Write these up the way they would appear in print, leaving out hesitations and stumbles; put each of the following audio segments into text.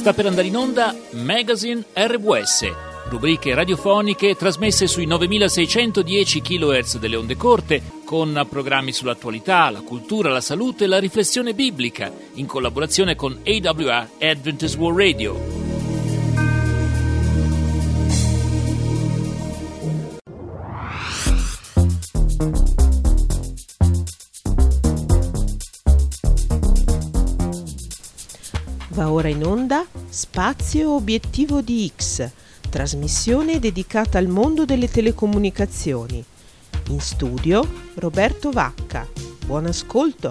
Sta per andare in onda Magazine RWS, rubriche radiofoniche trasmesse sui 9610 kHz delle onde corte, con programmi sull'attualità, la cultura, la salute e la riflessione biblica, in collaborazione con AWR Adventist World Radio. Va ora in onda Spazio Obiettivo di X, trasmissione dedicata al mondo delle telecomunicazioni. In studio Roberto Vacca. Buon ascolto.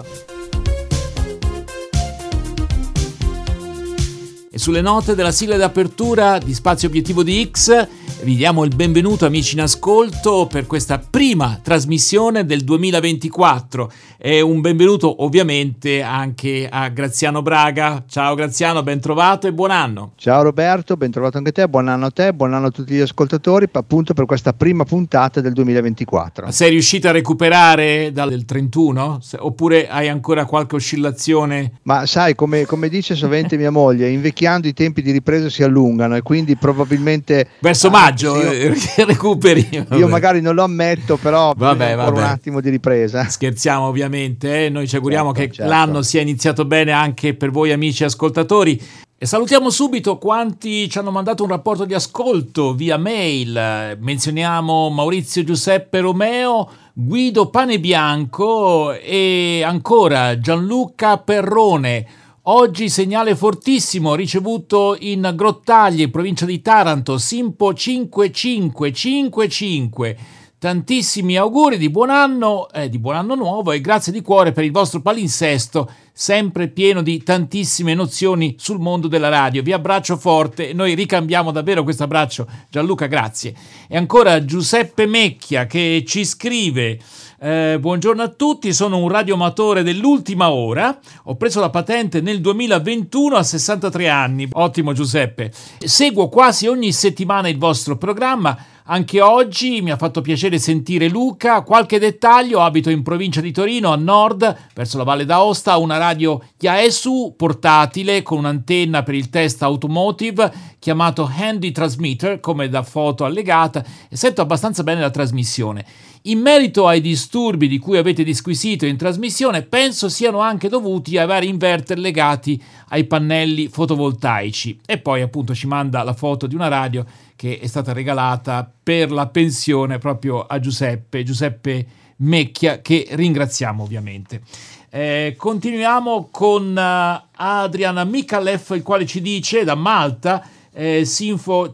E sulle note della sigla d'apertura di Spazio Obiettivo di X vi diamo il benvenuto, amici in ascolto, per questa prima trasmissione del 2024 e un benvenuto ovviamente anche a Graziano Braga. Ciao Graziano, ben trovato e buon anno. Ciao Roberto, ben trovato anche te, buon anno a te, buon anno a tutti gli ascoltatori, appunto per questa prima puntata del 2024. Sei riuscito a recuperare dal 31? Oppure hai ancora qualche oscillazione? Ma sai, come dice sovente mia moglie, invecchiando i tempi di ripresa si allungano e quindi probabilmente verso maggio recuperi. Io magari non lo ammetto, però vabbè. Un attimo di ripresa. Scherziamo ovviamente, Noi ci auguriamo che certo. L'anno sia iniziato bene anche per voi amici ascoltatori. E salutiamo subito quanti ci hanno mandato un rapporto di ascolto via mail. Menzioniamo Maurizio Giuseppe Romeo, Guido Panebianco e ancora Gianluca Perrone. Oggi segnale fortissimo ricevuto in Grottaglie, provincia di Taranto, Simpo 5555. Tantissimi auguri di buon anno nuovo e grazie di cuore per il vostro palinsesto, sempre pieno di tantissime nozioni sul mondo della radio. Vi abbraccio forte e noi ricambiamo davvero questo abbraccio. Gianluca, grazie. E ancora Giuseppe Mecchia che ci scrive: buongiorno a tutti, sono un radioamatore dell'ultima ora, ho preso la patente nel 2021 a 63 anni. Ottimo Giuseppe, seguo quasi ogni settimana il vostro programma. Anche oggi mi ha fatto piacere sentire Luca. Qualche dettaglio: abito in provincia di Torino, a nord, verso la Valle d'Aosta, una radio Yaesu portatile con un'antenna per il test automotive chiamato Handy Transmitter, come da foto allegata, e sento abbastanza bene la trasmissione. In merito ai disturbi di cui avete disquisito in trasmissione, penso siano anche dovuti ai vari inverter legati ai pannelli fotovoltaici. E poi appunto ci manda la foto di una radio che è stata regalata per la pensione proprio a Giuseppe Mecchia, che ringraziamo ovviamente. Continuiamo con Adrian Mikalev, il quale ci dice da Malta, Sinfo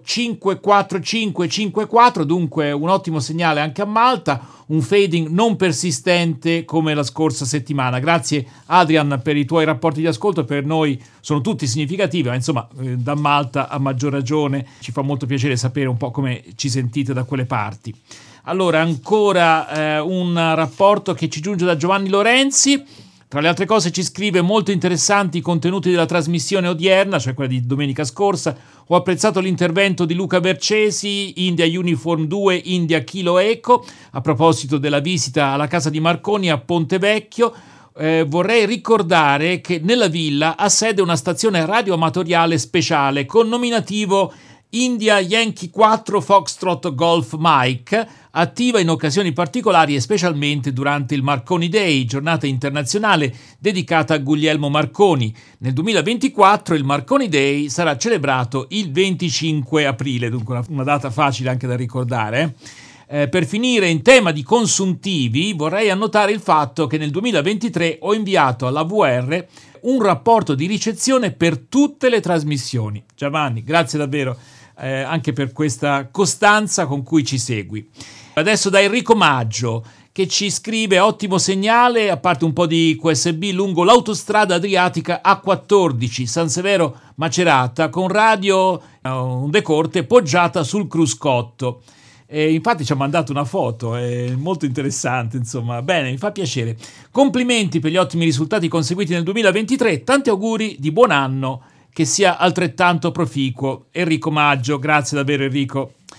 54554, dunque un ottimo segnale anche a Malta, un fading non persistente come la scorsa settimana. Grazie Adrian per i tuoi rapporti di ascolto, per noi sono tutti significativi, ma insomma da Malta a maggior ragione ci fa molto piacere sapere un po' come ci sentite da quelle parti. Allora ancora un rapporto che ci giunge da Giovanni Lorenzi. Tra le altre cose ci scrive: molto interessanti i contenuti della trasmissione odierna, cioè quella di domenica scorsa. Ho apprezzato l'intervento di Luca Vercesi, India Uniform 2, India Kilo Eco, a proposito della visita alla casa di Marconi a Ponte Vecchio. Vorrei ricordare che nella villa ha sede una stazione radioamatoriale speciale con nominativo India Yankee 4 Foxtrot Golf Mike, attiva in occasioni particolari e specialmente durante il Marconi Day, giornata internazionale dedicata a Guglielmo Marconi. Nel 2024 il Marconi Day sarà celebrato il 25 aprile, dunque una data facile anche da ricordare. Per finire, in tema di consuntivi, vorrei annotare il fatto che nel 2023 ho inviato all'AWR un rapporto di ricezione per tutte le trasmissioni. Giovanni, grazie davvero anche per questa costanza con cui ci segui. Adesso da Enrico Maggio, che ci scrive: ottimo segnale, a parte un po' di QSB lungo l'autostrada adriatica A14 San Severo Macerata, con radio onde corte poggiata sul cruscotto. E infatti ci ha mandato una foto, è molto interessante, insomma. Bene, mi fa piacere. Complimenti per gli ottimi risultati conseguiti nel 2023, tanti auguri di buon anno, che sia altrettanto proficuo. Enrico Maggio, grazie davvero Enrico.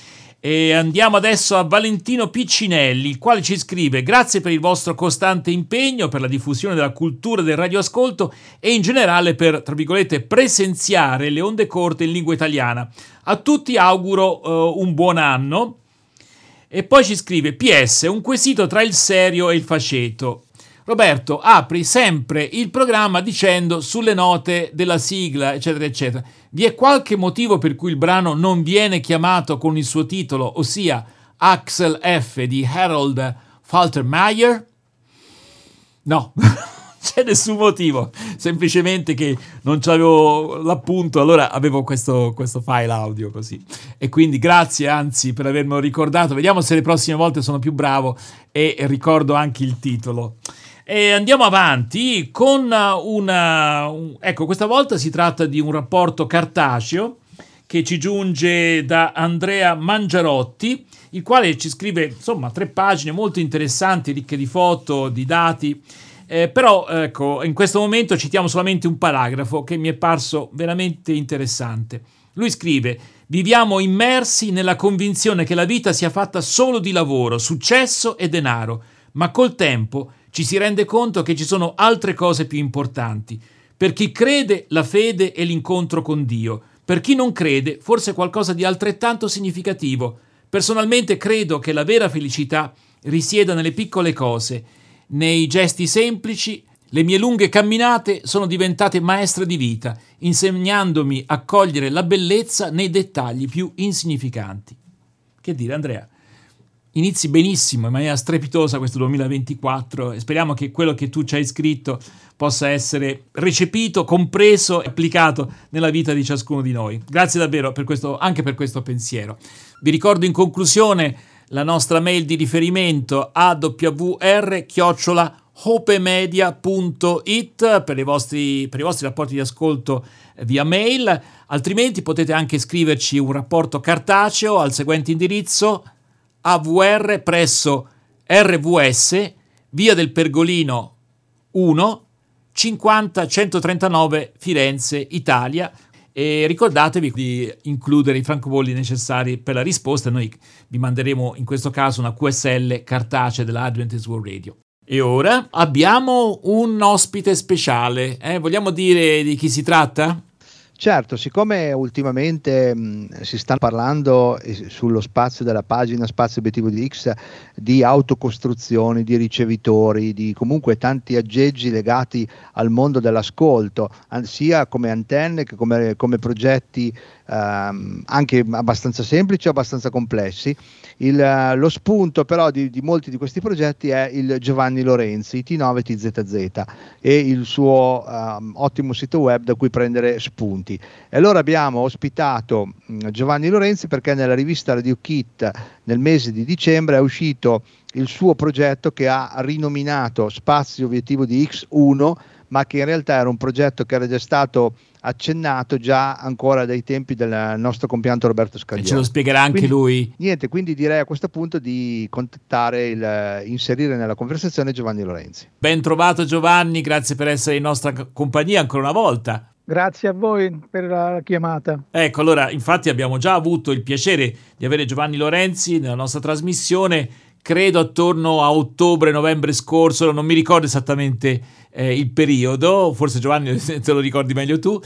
E andiamo adesso a Valentino Piccinelli, il quale ci scrive: grazie per il vostro costante impegno per la diffusione della cultura del radioascolto e in generale per, tra virgolette, presenziare le onde corte in lingua italiana. A tutti auguro un buon anno. E poi ci scrive: PS, un quesito tra il serio e il faceto. Roberto, apri sempre il programma dicendo sulle note della sigla, eccetera, eccetera. Vi è qualche motivo per cui il brano non viene chiamato con il suo titolo, ossia Axel F di Harold Faltermeyer? No, c'è nessun motivo, semplicemente che non c'avevo l'appunto, allora avevo questo file audio così. E quindi grazie, anzi, per avermelo ricordato. Vediamo se le prossime volte sono più bravo e ricordo anche il titolo. E andiamo avanti con ecco, questa volta si tratta di un rapporto cartaceo che ci giunge da Andrea Mangiarotti, il quale ci scrive, insomma, 3 pagine molto interessanti, ricche di foto, di dati, però ecco, in questo momento citiamo solamente un paragrafo che mi è parso veramente interessante. Lui scrive: viviamo immersi nella convinzione che la vita sia fatta solo di lavoro, successo e denaro, ma col tempo ci si rende conto che ci sono altre cose più importanti. Per chi crede, la fede è l'incontro con Dio. Per chi non crede, forse qualcosa di altrettanto significativo. Personalmente credo che la vera felicità risieda nelle piccole cose, nei gesti semplici. Le mie lunghe camminate sono diventate maestre di vita, insegnandomi a cogliere la bellezza nei dettagli più insignificanti. Che dire, Andrea? Inizi benissimo, in maniera strepitosa questo 2024 e speriamo che quello che tu ci hai scritto possa essere recepito, compreso e applicato nella vita di ciascuno di noi. Grazie davvero per questo, anche per questo pensiero. Vi ricordo in conclusione la nostra mail di riferimento awr@hopemedia.it per i vostri rapporti di ascolto via mail, altrimenti potete anche scriverci un rapporto cartaceo al seguente indirizzo: AWR presso RVS, via del Pergolino 1, 50 139 Firenze, Italia. E ricordatevi di includere i francobolli necessari per la risposta. Noi vi manderemo in questo caso una QSL cartacea della Adventist World Radio. E ora abbiamo un ospite speciale. Vogliamo dire di chi si tratta? Certo, siccome ultimamente si sta parlando sullo spazio della pagina Spazio Obiettivo di X di autocostruzioni, di ricevitori, di comunque tanti aggeggi legati al mondo dell'ascolto, sia come antenne che come progetti anche abbastanza semplici o abbastanza complessi. Lo spunto però di molti di questi progetti è il Giovanni Lorenzi, T9TZZ, e il suo ottimo sito web da cui prendere spunti. E allora abbiamo ospitato Giovanni Lorenzi perché nella rivista Radio Kit nel mese di dicembre è uscito il suo progetto che ha rinominato Spazio Obiettivo di X1, ma che in realtà era un progetto che era già stato accennato già ancora dai tempi del nostro compianto Roberto Scaglione. E ce lo spiegherà anche lui. Niente, quindi direi a questo punto di contattare, inserire nella conversazione Giovanni Lorenzi. Ben trovato Giovanni, grazie per essere in nostra compagnia ancora una volta. Grazie a voi per la chiamata. Ecco, allora, infatti abbiamo già avuto il piacere di avere Giovanni Lorenzi nella nostra trasmissione, credo attorno a ottobre-novembre scorso, non mi ricordo esattamente il periodo, forse Giovanni te lo ricordi meglio tu,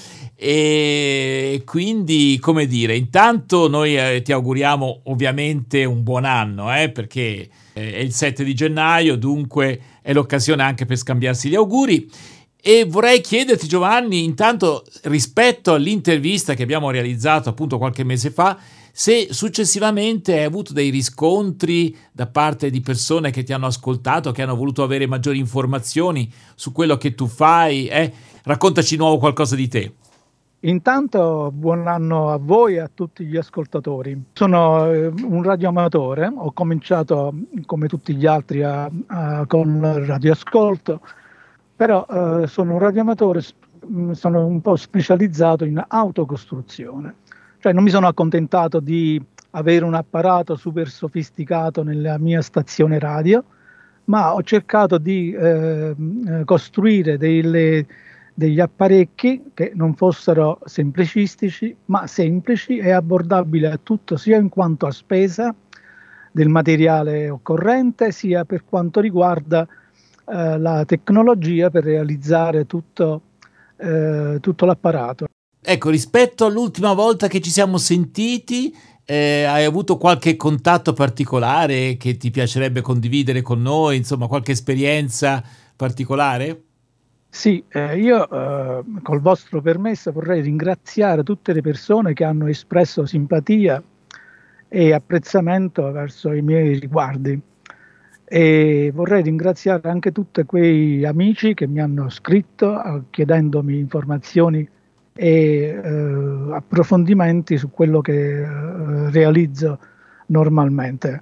e quindi, come dire, intanto noi ti auguriamo ovviamente un buon anno, perché è il 7 di gennaio, dunque è l'occasione anche per scambiarsi gli auguri. E vorrei chiederti, Giovanni, intanto rispetto all'intervista che abbiamo realizzato appunto qualche mese fa, se successivamente hai avuto dei riscontri da parte di persone che ti hanno ascoltato, che hanno voluto avere maggiori informazioni su quello che tu fai. Raccontaci di nuovo qualcosa di te. Intanto buon anno a voi e a tutti gli ascoltatori. Sono un radioamatore, ho cominciato come tutti gli altri con il radioascolto, però sono un radioamatore, sono un po' specializzato in autocostruzione. Cioè non mi sono accontentato di avere un apparato super sofisticato nella mia stazione radio, ma ho cercato di costruire degli apparecchi che non fossero semplicistici, ma semplici e abbordabili a tutto, sia in quanto a spesa del materiale occorrente, sia per quanto riguarda la tecnologia per realizzare tutto l'apparato. Ecco, rispetto all'ultima volta che ci siamo sentiti, hai avuto qualche contatto particolare che ti piacerebbe condividere con noi, insomma qualche esperienza particolare? Sì, io col vostro permesso vorrei ringraziare tutte le persone che hanno espresso simpatia e apprezzamento verso i miei riguardi, e vorrei ringraziare anche tutti quei amici che mi hanno scritto chiedendomi informazioni e approfondimenti su quello che realizzo normalmente.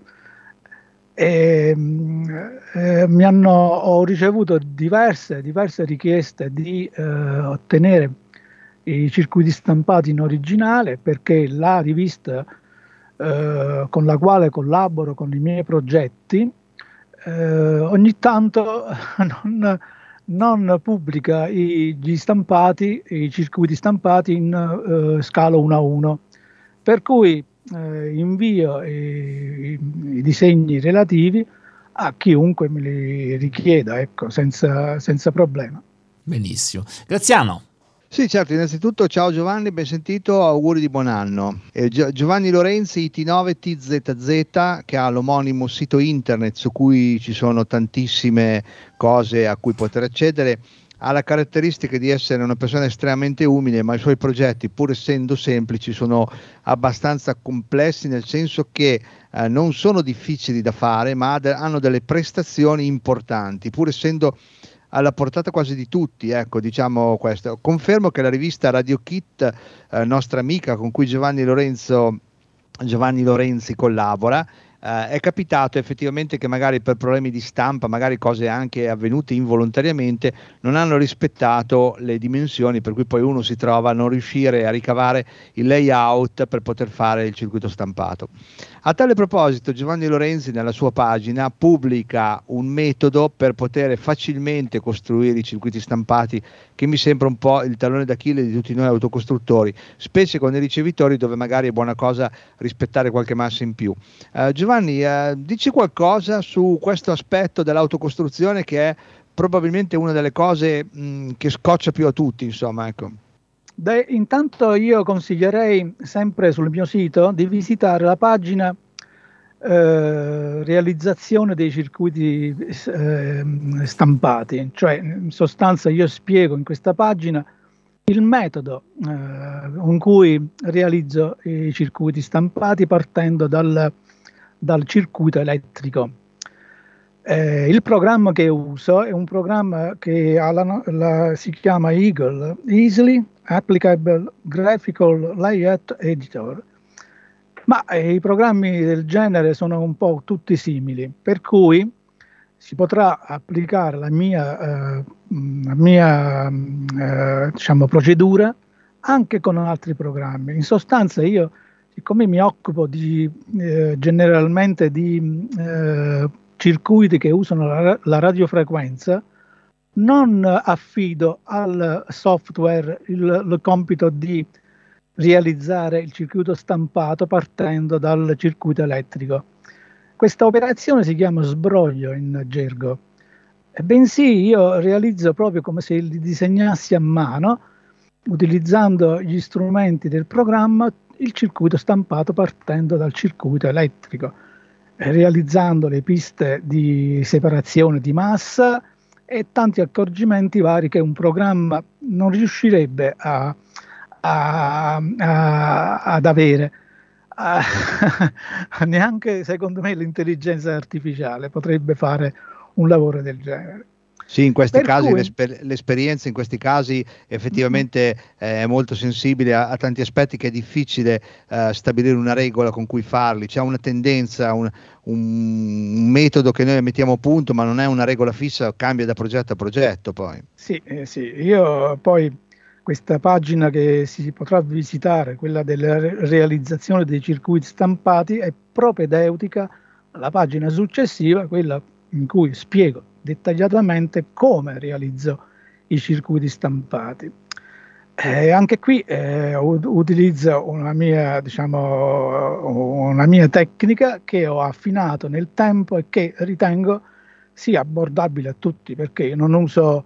Ho ricevuto diverse richieste di ottenere i circuiti stampati in originale, perché la rivista con la quale collaboro con i miei progetti ogni tanto non pubblica i circuiti stampati in scala 1:1, per cui invio i disegni relativi a chiunque me li richieda, ecco, senza problema. Benissimo. Graziano. Sì, certo, innanzitutto ciao Giovanni, ben sentito, auguri di buon anno. Giovanni Lorenzi, IT9TZZ, che ha l'omonimo sito internet su cui ci sono tantissime cose a cui poter accedere, ha la caratteristica di essere una persona estremamente umile, ma i suoi progetti, pur essendo semplici, sono abbastanza complessi, nel senso che non sono difficili da fare, ma hanno delle prestazioni importanti, pur essendo alla portata quasi di tutti, ecco, diciamo questo. Confermo che la rivista Radio Kit, nostra amica con cui Giovanni Lorenzi collabora, è capitato effettivamente che magari per problemi di stampa, magari cose anche avvenute involontariamente, non hanno rispettato le dimensioni, per cui poi uno si trova a non riuscire a ricavare il layout per poter fare il circuito stampato. A tale proposito, Giovanni Lorenzi nella sua pagina pubblica un metodo per poter facilmente costruire i circuiti stampati, che mi sembra un po' il tallone d'Achille di tutti noi autocostruttori, specie con i ricevitori, dove magari è buona cosa rispettare qualche massa in più. Giovanni, dici qualcosa su questo aspetto dell'autocostruzione, che è probabilmente una delle cose che scoccia più a tutti, insomma, ecco. Intanto io consiglierei sempre sul mio sito di visitare la pagina realizzazione dei circuiti stampati, cioè in sostanza io spiego in questa pagina il metodo con cui realizzo i circuiti stampati partendo dal circuito elettrico. Il programma che uso è un programma che si chiama Eagle, Easily Applicable Graphical Layout Editor, ma i programmi del genere sono un po' tutti simili, per cui si potrà applicare la mia diciamo, procedura anche con altri programmi. In sostanza io, siccome mi occupo generalmente di circuiti che usano la radiofrequenza, non affido al software il compito di realizzare il circuito stampato partendo dal circuito elettrico. Questa operazione si chiama sbroglio in gergo, bensì io realizzo proprio come se li disegnassi a mano, utilizzando gli strumenti del programma, il circuito stampato partendo dal circuito elettrico, realizzando le piste di separazione di massa e tanti accorgimenti vari che un programma non riuscirebbe ad avere. Neanche secondo me l'intelligenza artificiale potrebbe fare un lavoro del genere. Sì, in questi casi l'esperienza in questi casi effettivamente è molto sensibile a tanti aspetti, che è difficile stabilire una regola con cui farli. C'è una tendenza, un metodo che noi mettiamo a punto, ma non è una regola fissa, cambia da progetto a progetto poi. Sì, io poi questa pagina che si potrà visitare, quella della realizzazione dei circuiti stampati, è propedeutica alla pagina successiva, quella in cui spiego dettagliatamente come realizzo i circuiti stampati. Anche qui utilizzo una mia tecnica che ho affinato nel tempo e che ritengo sia abbordabile a tutti, perché non uso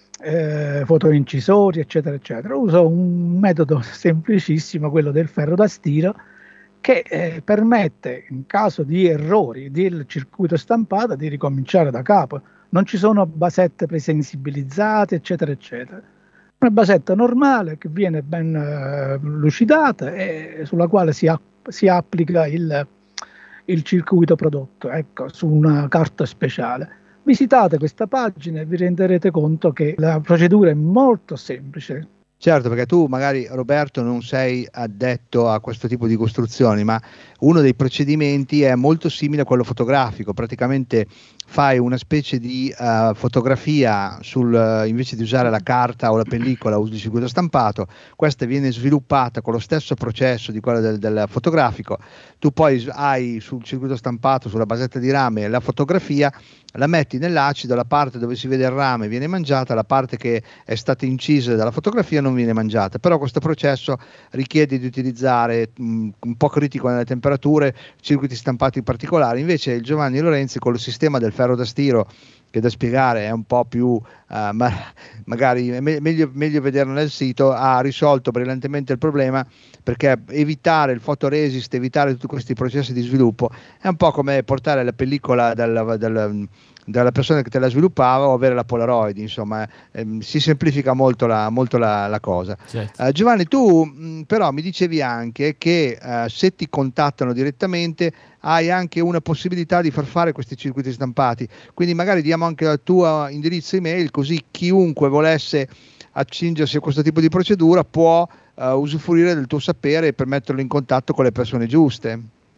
fotoincisori, eccetera, eccetera. Uso un metodo semplicissimo, quello del ferro da stiro, che permette, in caso di errori del circuito stampato, di ricominciare da capo. Non ci sono basette presensibilizzate, eccetera, eccetera. Una basetta normale che viene ben lucidata e sulla quale si applica il circuito prodotto, ecco, su una carta speciale. Visitate questa pagina e vi renderete conto che la procedura è molto semplice. Certo, perché tu magari, Roberto, non sei addetto a questo tipo di costruzioni, ma uno dei procedimenti è molto simile a quello fotografico. Praticamente fai una specie di fotografia invece di usare la carta o la pellicola, usi il circuito stampato. Questa viene sviluppata con lo stesso processo di quello del fotografico. Tu poi hai sul circuito stampato, sulla basetta di rame, la fotografia, la metti nell'acido, la parte dove si vede il rame viene mangiata, la parte che è stata incisa dalla fotografia non viene mangiata. Però questo processo richiede di utilizzare un po' critico nelle temperature, circuiti stampati particolari. Invece il Giovanni Lorenzi, con il sistema del ferro da stiro, che da spiegare è un po' più magari è meglio vederlo nel sito, ha risolto brillantemente il problema, perché evitare il fotoresist, evitare tutti questi processi di sviluppo è un po' come portare la pellicola dalla persona che te la sviluppava o avere la Polaroid, insomma, si semplifica molto la cosa. Certo. Giovanni, tu però mi dicevi anche che se ti contattano direttamente hai anche una possibilità di far fare questi circuiti stampati, quindi magari diamo anche il tuo indirizzo email, così chiunque volesse accingersi a questo tipo di procedura può usufruire del tuo sapere per metterlo in contatto con le persone giuste.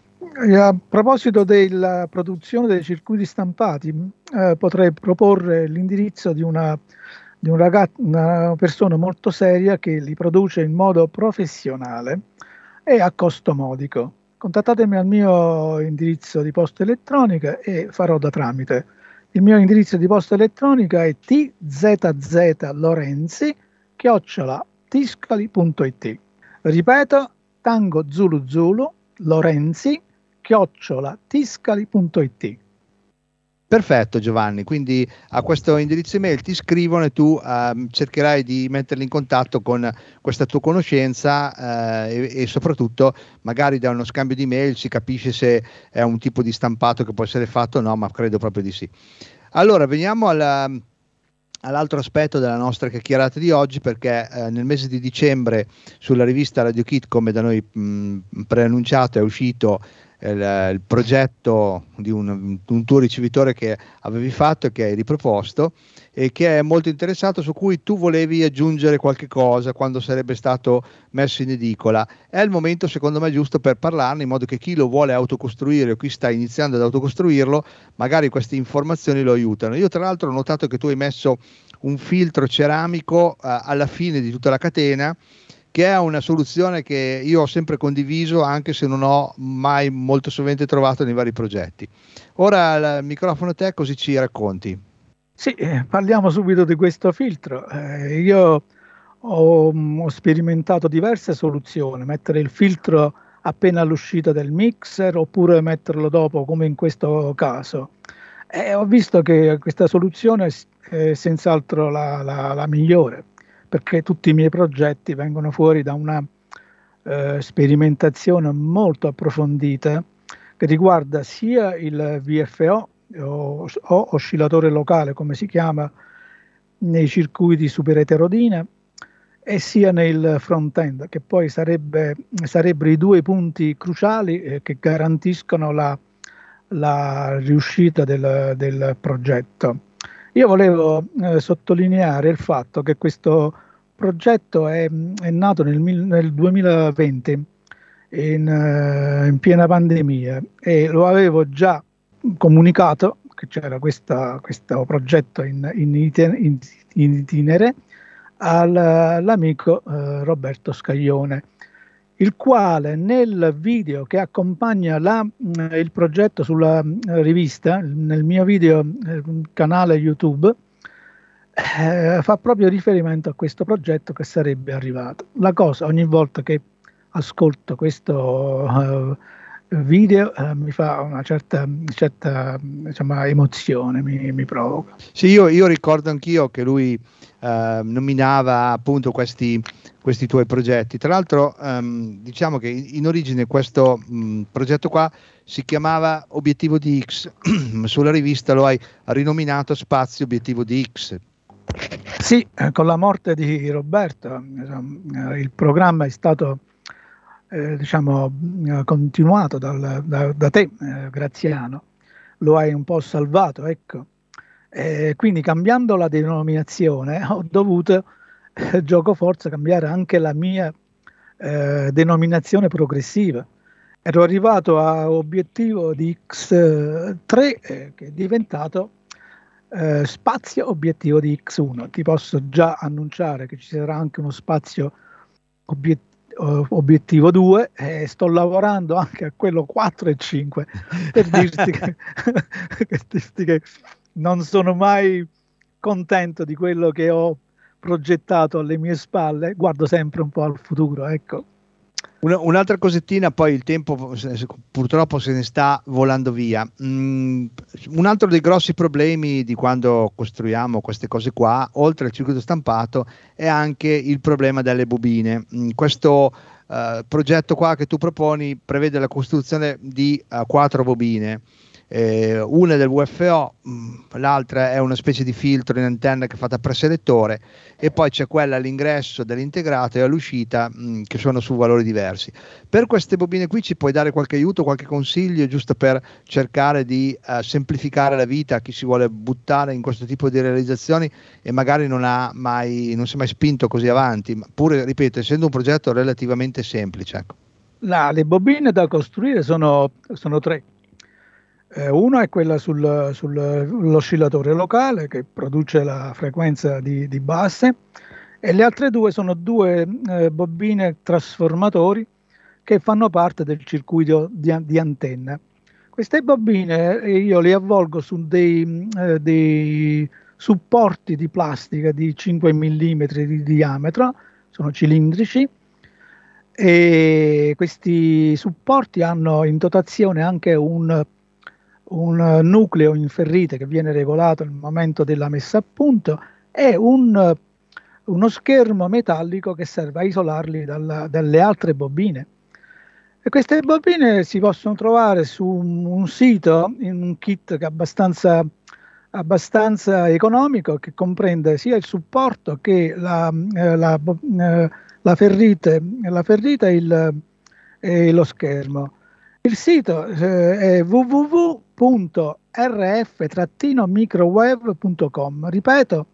A proposito della produzione dei circuiti stampati, potrei proporre l'indirizzo di una persona molto seria che li produce in modo professionale e a costo modico. Contattatemi al mio indirizzo di posta elettronica e farò da tramite. Il mio indirizzo di posta elettronica è tzzlorenzi@tiscali.it. Ripeto, Tango Zulu Zulu Lorenzi@tiscali.it. Perfetto Giovanni, quindi a questo indirizzo email ti scrivono e tu cercherai di metterli in contatto con questa tua conoscenza e soprattutto magari da uno scambio di mail si capisce se è un tipo di stampato che può essere fatto o no, ma credo proprio di sì. Allora veniamo all'altro aspetto della nostra chiacchierata di oggi, perché nel mese di dicembre sulla rivista Radio Kit, come da noi preannunciato, è uscito il progetto di un tuo ricevitore che avevi fatto e che hai riproposto e che è molto interessato, su cui tu volevi aggiungere qualche cosa quando sarebbe stato messo in edicola. È il momento secondo me giusto per parlarne, in modo che chi lo vuole autocostruire o chi sta iniziando ad autocostruirlo, magari queste informazioni lo aiutano. Io tra l'altro ho notato che tu hai messo un filtro ceramico alla fine di tutta la catena, che è una soluzione che io ho sempre condiviso, anche se non ho mai molto sovente trovato nei vari progetti. Ora il microfono a te, così ci racconti. Sì, parliamo subito di questo filtro. Io ho sperimentato diverse soluzioni, mettere il filtro appena all'uscita del mixer oppure metterlo dopo, come in questo caso. Ho visto che questa soluzione è senz'altro la migliore, perché tutti i miei progetti vengono fuori da una sperimentazione molto approfondita che riguarda sia il VFO o oscillatore locale, come si chiama, nei circuiti super eterodine, e sia nel front-end, che poi sarebbero i due punti cruciali che garantiscono la riuscita del progetto. Io volevo sottolineare il fatto che questo progetto è nato nel 2020 in piena pandemia, e lo avevo già comunicato che c'era questo progetto in itinere all'amico Roberto Scaglione, il quale nel video che accompagna il progetto sulla rivista, nel mio video canale YouTube, fa proprio riferimento a questo progetto che sarebbe arrivato. La cosa, ogni volta che ascolto questo video mi fa una certa diciamo, emozione, mi provoca. Sì, io ricordo anch'io che lui nominava appunto questi tuoi progetti. Tra l'altro diciamo che in origine questo progetto qua si chiamava Obiettivo di X, sulla rivista lo hai rinominato Spazio Obiettivo di X. Sì, con la morte di Roberto il programma è stato diciamo continuato da te, Graziano, lo hai un po' salvato, ecco. Quindi cambiando la denominazione ho dovuto gioco forza cambiare anche la mia denominazione progressiva. Ero arrivato a Obiettivo di X3 che è diventato Spazio Obiettivo di X1. Ti posso già annunciare che ci sarà anche uno spazio Obiettivo 2 e sto lavorando anche a quello 4 e 5 per dirti che non sono mai contento di quello che ho progettato alle mie spalle, guardo sempre un po' al futuro, ecco. Un'altra cosettina, poi il tempo purtroppo se ne sta volando via. Un altro dei grossi problemi di quando costruiamo queste cose qua, oltre al circuito stampato, è anche il problema delle bobine. Questo progetto qua che tu proponi prevede la costruzione di 4 bobine. Una è del VFO, l'altra è una specie di filtro in antenna che è fatta a preselettore, e poi c'è quella all'ingresso dell'integrato e all'uscita che sono su valori diversi. Per queste bobine qui ci puoi dare qualche aiuto, qualche consiglio, giusto per cercare di semplificare la vita a chi si vuole buttare in questo tipo di realizzazioni e magari non si è mai spinto così avanti, pure, ripeto, essendo un progetto relativamente semplice, ecco. Le bobine da costruire sono 3. Una è quella sull'oscillatore locale che produce la frequenza di base, e le altre 2 sono 2 bobine trasformatori che fanno parte del circuito di antenna. Queste bobine io le avvolgo su dei supporti di plastica di 5 mm di diametro, sono cilindrici, e questi supporti hanno in dotazione anche un nucleo in ferrite che viene regolato nel momento della messa a punto, e uno schermo metallico che serve a isolarli dalle altre bobine. E queste bobine si possono trovare su un sito, in un kit che è abbastanza economico, che comprende sia il supporto che la ferrite e lo schermo. Il sito è www.rf-microwave.com, ripeto,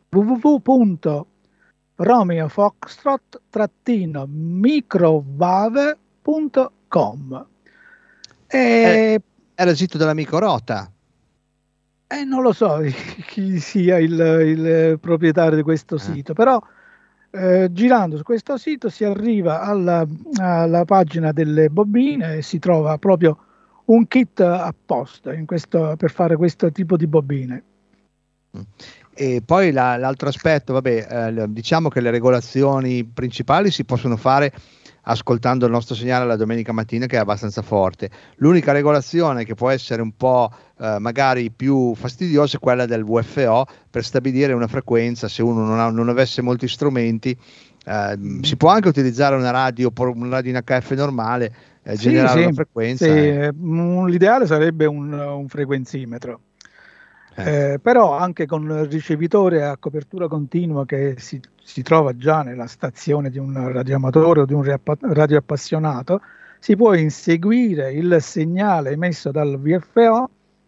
www.romeofoxtrot-microwave.com. Era il sito dell'amico Rota. Non lo so chi sia il proprietario di questo sito, però girando su questo sito si arriva alla pagina delle bobine e si trova proprio un kit apposta per fare questo tipo di bobine. E poi l'altro aspetto, diciamo che le regolazioni principali si possono fare ascoltando il nostro segnale la domenica mattina, che è abbastanza forte. L'unica regolazione che può essere un po' magari più fastidiosa è quella del VFO, per stabilire una frequenza. Se uno non avesse molti strumenti, si può anche utilizzare una radio in HF normale, generare una frequenza. L'ideale sarebbe un frequenzimetro. Però anche con il ricevitore a copertura continua che si trova già nella stazione di un radioamatore o di un radioappassionato, si può inseguire il segnale emesso dal VFO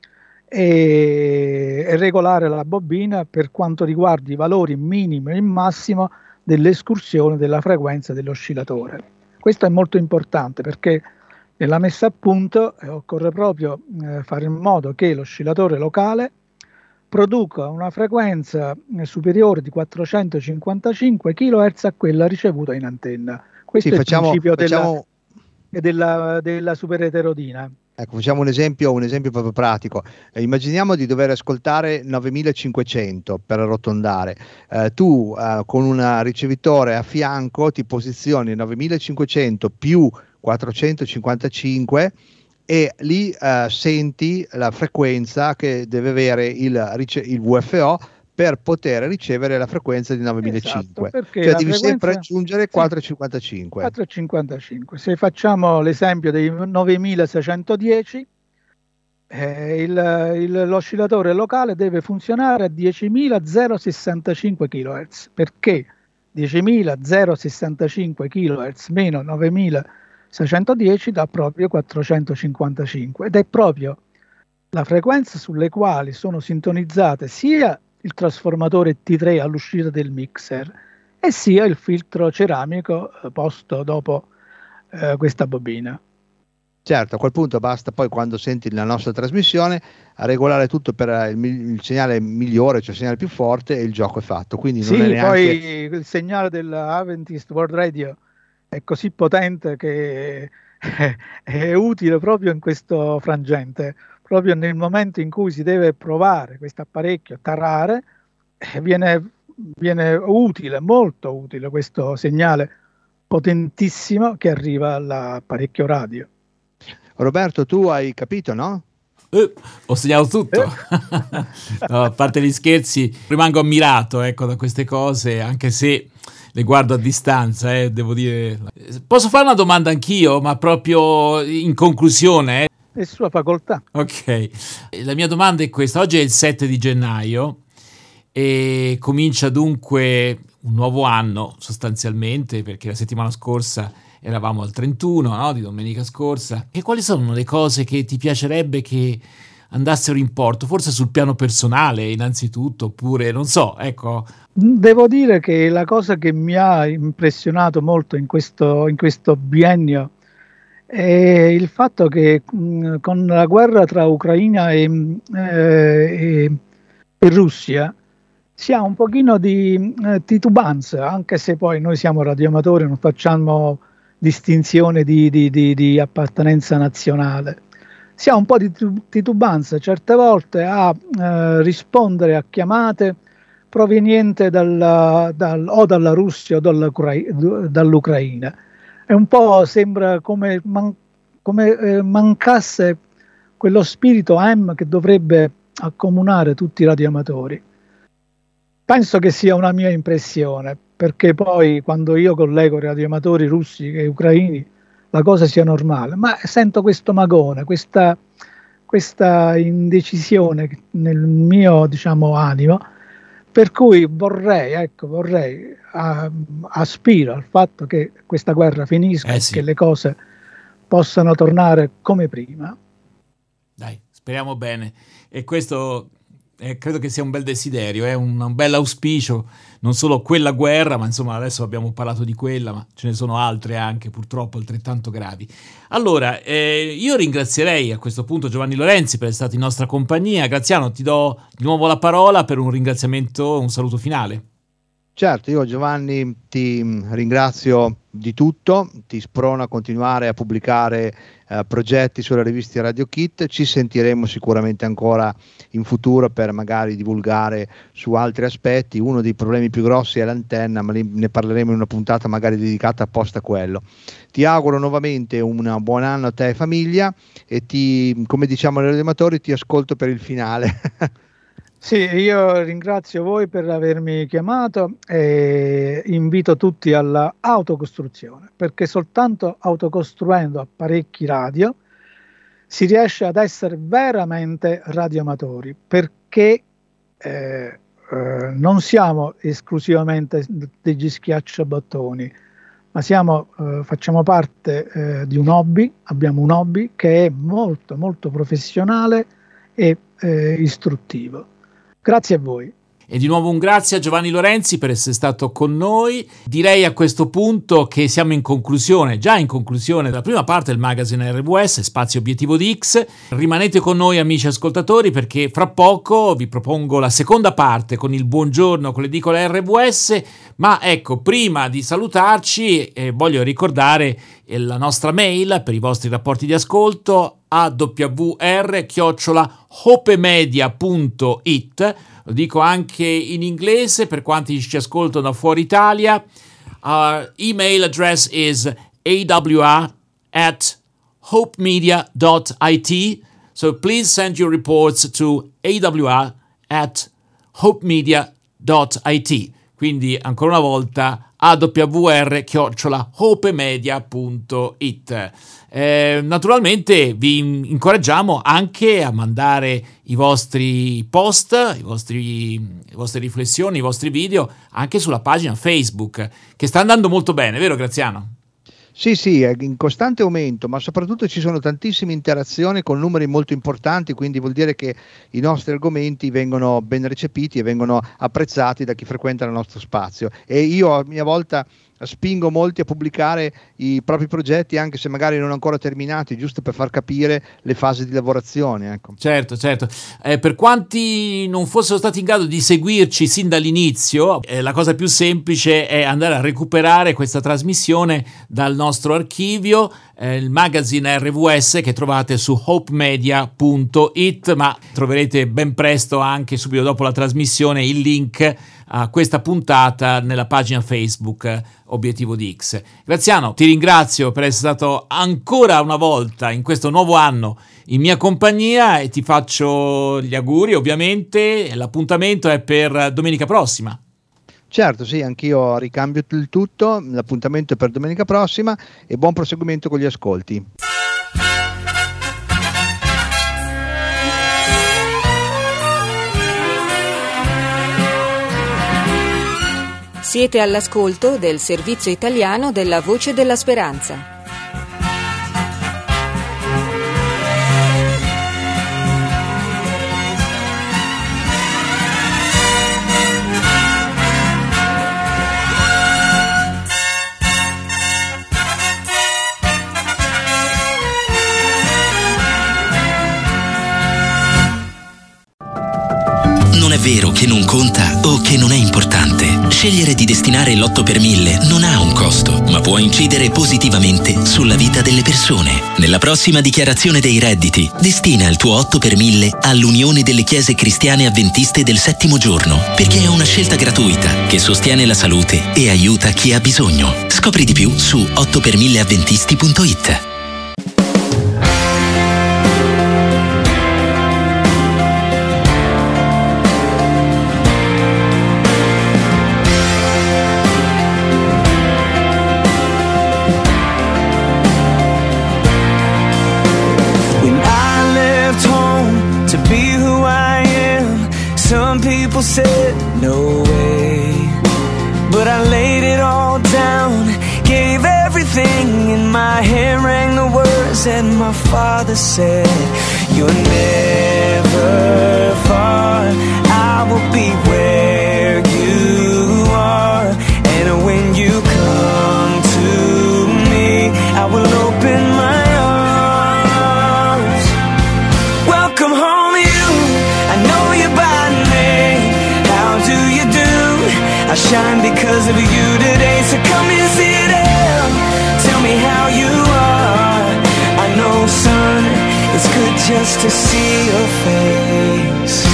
e regolare la bobina per quanto riguarda i valori minimo e massimo dell'escursione della frequenza dell'oscillatore. Questo è molto importante perché nella messa a punto occorre proprio fare in modo che l'oscillatore locale produca una frequenza superiore di 455 kHz a quella ricevuta in antenna. Questo è il principio della supereterodina. Ecco, facciamo un esempio proprio pratico. Immaginiamo di dover ascoltare 9500 per arrotondare. Tu con un ricevitore a fianco ti posizioni 9500 più 455 e lì senti la frequenza che deve avere il VFO per poter ricevere la frequenza di 9005. Esatto, cioè devi sempre aggiungere 455. 455. Se facciamo l'esempio dei 9610, l'oscillatore locale deve funzionare a 10.065 kHz. Perché 10.065 kHz meno 9.610 dà proprio 455, ed è proprio la frequenza sulle quali sono sintonizzate sia il trasformatore T3 all'uscita del mixer e sia il filtro ceramico posto dopo questa bobina. Certo, a quel punto basta poi, quando senti la nostra trasmissione, a regolare tutto per il segnale migliore, cioè il segnale più forte, e il gioco è fatto. Quindi non è neanche... Poi il segnale dell'Adventist World Radio è così potente che è utile proprio in questo frangente, proprio nel momento in cui si deve provare questo apparecchio, tarare, viene utile, molto utile questo segnale potentissimo che arriva all'apparecchio radio. Roberto, tu hai capito, no? Ho segnato tutto. No, a parte gli scherzi, rimango ammirato, ecco, da queste cose, anche se le guardo a distanza, devo dire. Posso fare una domanda anch'io, ma proprio in conclusione? È sua facoltà. Ok, la mia domanda è questa. Oggi è il 7 di gennaio e comincia dunque un nuovo anno sostanzialmente, perché la settimana scorsa eravamo al 31, no, di domenica scorsa. E quali sono le cose che ti piacerebbe che andassero in porto? Forse sul piano personale innanzitutto, oppure non so, ecco. Devo dire che la cosa che mi ha impressionato molto in questo biennio è il fatto che con la guerra tra Ucraina e Russia si ha un pochino di titubanza, anche se poi noi siamo radioamatori, non facciamo distinzione di appartenenza nazionale. Si ha un po' di titubanza certe volte a rispondere a chiamate provenienti o dalla Russia o dall'Ucraina. È un po', sembra come mancasse quello spirito M che dovrebbe accomunare tutti i radioamatori. Penso che sia una mia impressione, perché poi quando io collego radioamatori russi e ucraini la cosa sia normale, ma sento questo magone, questa indecisione nel mio, animo, per cui vorrei, aspiro al fatto che questa guerra finisca e che le cose possano tornare come prima. Dai, speriamo bene. E questo credo che sia un bel desiderio, è un bel auspicio, non solo quella guerra, ma insomma adesso abbiamo parlato di quella, ma ce ne sono altre anche purtroppo altrettanto gravi. Allora, io ringrazierei a questo punto Giovanni Lorenzi per essere stato in nostra compagnia. Graziano, ti do di nuovo la parola per un ringraziamento, un saluto finale. Certo, io Giovanni ti ringrazio di tutto, ti sprono a continuare a pubblicare progetti sulle riviste Radio Kit. Ci sentiremo sicuramente ancora in futuro per magari divulgare su altri aspetti. Uno dei problemi più grossi è l'antenna, ma ne parleremo in una puntata magari dedicata apposta a quello. Ti auguro nuovamente un buon anno a te e famiglia e come diciamo noi radioamatori, ti ascolto per il finale. Sì, io ringrazio voi per avermi chiamato e invito tutti alla autocostruzione, perché soltanto autocostruendo apparecchi radio si riesce ad essere veramente radioamatori, perché non siamo esclusivamente degli schiacciabottoni, ma facciamo parte di un hobby, abbiamo un hobby che è molto molto professionale e istruttivo. Grazie a voi. E di nuovo un grazie a Giovanni Lorenzi per essere stato con noi. Direi a questo punto che siamo già in conclusione della prima parte del magazine RWS, Spazio Obiettivo di X. Rimanete con noi, amici ascoltatori, perché fra poco vi propongo la seconda parte con il buongiorno con l'edicola RWS. Ma ecco, prima di salutarci voglio ricordare la nostra mail per i vostri rapporti di ascolto, awr@hopemedia.it. Lo dico anche in inglese per quanti ci ascoltano da fuori Italia. Our email address is awr@hopemedia.it. So please send your reports to awr@hopemedia.it. Quindi ancora una volta awr@hopemedia.it. Naturalmente vi incoraggiamo anche a mandare i vostri post, le vostre riflessioni, i vostri video anche sulla pagina Facebook, che sta andando molto bene, vero Graziano? Sì, è in costante aumento, ma soprattutto ci sono tantissime interazioni con numeri molto importanti, quindi vuol dire che i nostri argomenti vengono ben recepiti e vengono apprezzati da chi frequenta il nostro spazio. E io a mia volta spingo molti a pubblicare i propri progetti, anche se magari non ancora terminati, giusto per far capire le fasi di lavorazione, ecco. Certo. Per quanti non fossero stati in grado di seguirci sin dall'inizio, la cosa più semplice è andare a recuperare questa trasmissione dal nostro archivio, il magazine RWS, che trovate su hopemedia.it, ma troverete ben presto, anche subito dopo la trasmissione, il link a questa puntata nella pagina Facebook Obiettivo di X. Graziano, ti ringrazio per essere stato ancora una volta in questo nuovo anno in mia compagnia e ti faccio gli auguri, ovviamente. L'appuntamento è per domenica prossima. Certo, sì, anch'io ricambio il tutto, l'appuntamento è per domenica prossima e buon proseguimento con gli ascolti. Siete all'ascolto del servizio italiano della Voce della Speranza. Non è vero che non conta o che non è importante. Scegliere di destinare l'8 per 1000 non ha un costo, ma può incidere positivamente sulla vita delle persone. Nella prossima dichiarazione dei redditi, destina il tuo 8 per 1000 all'Unione delle Chiese Cristiane Adventiste del Settimo Giorno, perché è una scelta gratuita che sostiene la salute e aiuta chi ha bisogno. Scopri di più su 8per1000adventisti.it. People said no way, but I laid it all down, gave everything, and my hand rang the words, and my father said, you're never far, I will be where you are, and when you come to me, I will open my arms. Welcome home, you, I know you by name. How do you do? I shine because of you today, so come and sit down. Tell me how you are. I know, son, it's good just to see your face.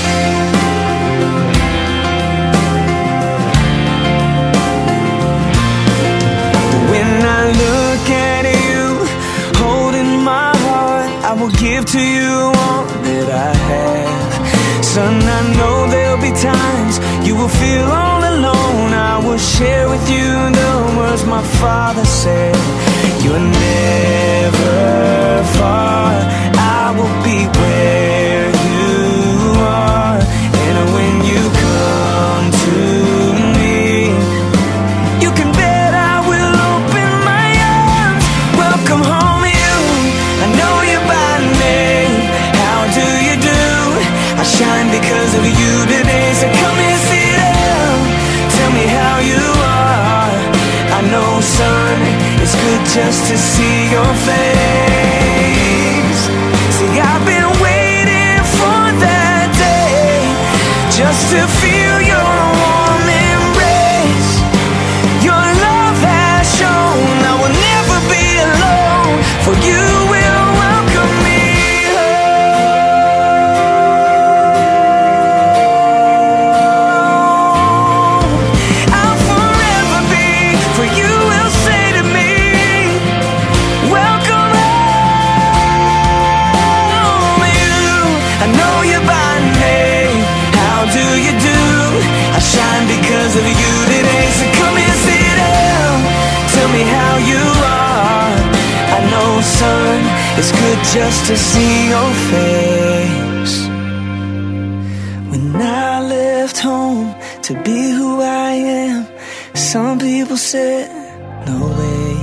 When I look at you, holding my heart, I will give to you all that I have. Son, I know there'll be times you will feel all alone. I will share with you the words my father said. You're never far, I will be where you are. And when you come to me, you can bet I will open my arms. Welcome home, you, I know you by name. How do you do? I shine because of you today, so come here. just to see your face. See, I've been waiting for that day, just to feel your warm embrace. Your love has shown I will never be alone, for you will welcome me home. I'll forever be, for you will say to me, welcome home. I know you by name, how do you do? I shine because of you today, so come and sit down, tell me how you are. I know, son, it's good just to see your face. When I left home to be who I am, some people said, no way.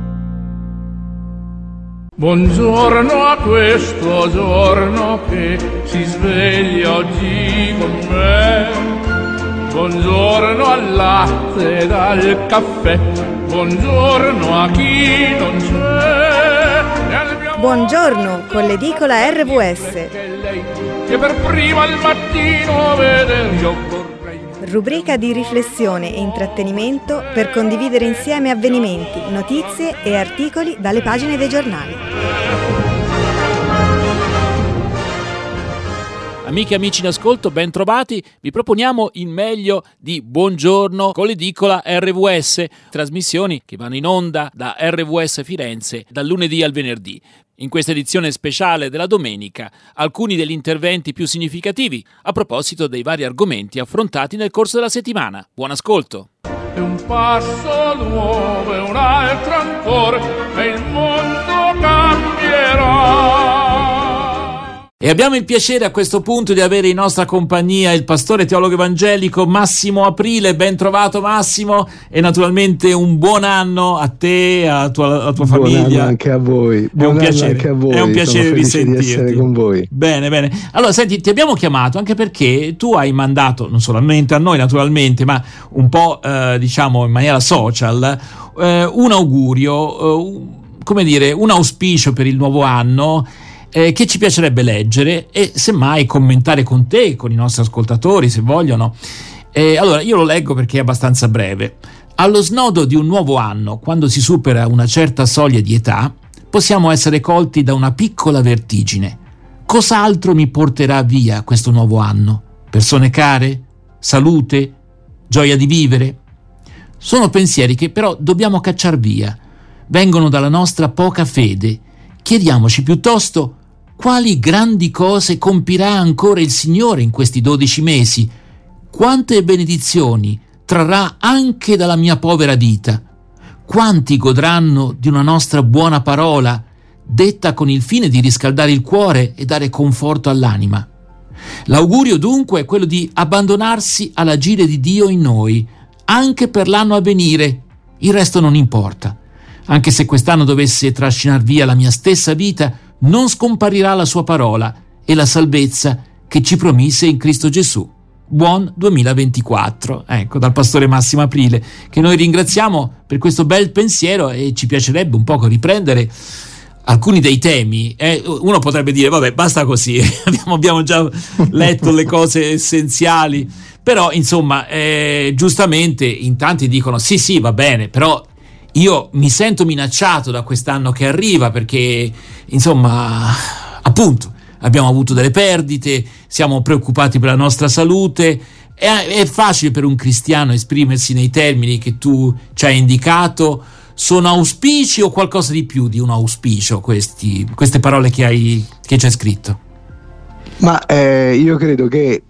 Buongiorno a questo giorno che si sveglia oggi con me. Buongiorno al latte ed al caffè. Buongiorno a chi non c'è. Buongiorno con l'edicola RVS. Che per prima al mattino veder io vorrei. Rubrica di riflessione e intrattenimento per condividere insieme avvenimenti, notizie e articoli dalle pagine dei giornali. Amiche e amici in ascolto, ben trovati. Vi proponiamo il meglio di Buongiorno con l'edicola RVS, trasmissioni che vanno in onda da RVS Firenze dal lunedì al venerdì. In questa edizione speciale della domenica, alcuni degli interventi più significativi a proposito dei vari argomenti affrontati nel corso della settimana. Buon ascolto! È un passo nuovo e un altro ancora e il mondo cambierà. E abbiamo il piacere a questo punto di avere in nostra compagnia il pastore teologo evangelico Massimo Aprile. Ben trovato Massimo, e naturalmente un buon anno a te, alla tua famiglia. Buon anno anche a voi. È un piacere, anche a voi. È un piacere risentirti. Di essere con voi. Bene, bene. Allora, senti, ti abbiamo chiamato anche perché tu hai mandato, non solamente a noi naturalmente, ma un po' diciamo in maniera social, un augurio, come dire, un auspicio per il nuovo anno, che ci piacerebbe leggere e semmai commentare con te, con i nostri ascoltatori se vogliono. Allora io lo leggo perché è abbastanza breve. Allo snodo di un nuovo anno, quando si supera una certa soglia di età, possiamo essere colti da una piccola vertigine. Cos'altro mi porterà via questo nuovo anno? Persone care? Salute? Gioia di vivere? Sono pensieri che però dobbiamo cacciar via. Vengono dalla nostra poca fede. Chiediamoci piuttosto quali grandi cose compirà ancora il Signore in questi 12 mesi, quante benedizioni trarrà anche dalla mia povera vita, quanti godranno di una nostra buona parola, detta con il fine di riscaldare il cuore e dare conforto all'anima. L'augurio dunque è quello di abbandonarsi all'agire di Dio in noi, anche per l'anno a venire, il resto non importa. Anche se quest'anno dovesse trascinar via la mia stessa vita, non scomparirà la sua parola e la salvezza che ci promise in Cristo Gesù. Buon 2024. Ecco, dal pastore Massimo Aprile, che noi ringraziamo per questo bel pensiero, e ci piacerebbe un poco riprendere alcuni dei temi. Uno potrebbe dire, vabbè, basta così, abbiamo già letto le cose essenziali, però insomma, giustamente in tanti dicono sì, va bene, però io mi sento minacciato da quest'anno che arriva perché, insomma, appunto, abbiamo avuto delle perdite, siamo preoccupati per la nostra salute. È facile per un cristiano esprimersi nei termini che tu ci hai indicato. Sono auspici o qualcosa di più di un auspicio queste parole che ci hai scritto? Ma io credo che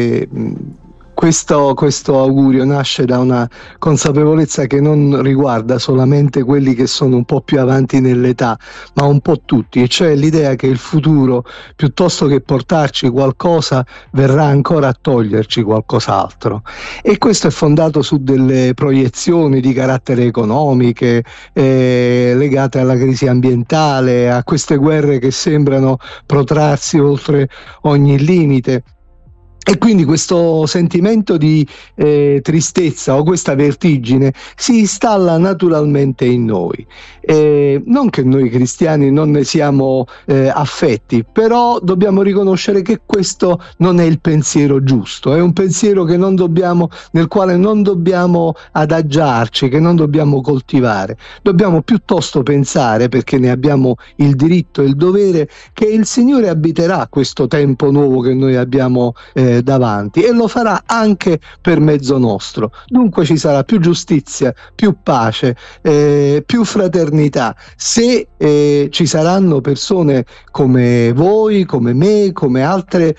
questo augurio nasce da una consapevolezza che non riguarda solamente quelli che sono un po' più avanti nell'età, ma un po' tutti, e cioè l'idea che il futuro, piuttosto che portarci qualcosa, verrà ancora a toglierci qualcos'altro. E questo è fondato su delle proiezioni di carattere economiche, legate alla crisi ambientale, a queste guerre che sembrano protrarsi oltre ogni limite. E quindi questo sentimento di tristezza o questa vertigine si installa naturalmente in noi. Non che noi cristiani non ne siamo affetti, però dobbiamo riconoscere che questo non è il pensiero giusto, è un pensiero che nel quale non dobbiamo adagiarci, che non dobbiamo coltivare. Dobbiamo piuttosto pensare, perché ne abbiamo il diritto e il dovere, che il Signore abiterà questo tempo nuovo che noi abbiamo davanti, e lo farà anche per mezzo nostro. Dunque ci sarà più giustizia, più pace, più fraternità, se ci saranno persone come voi, come me, come altre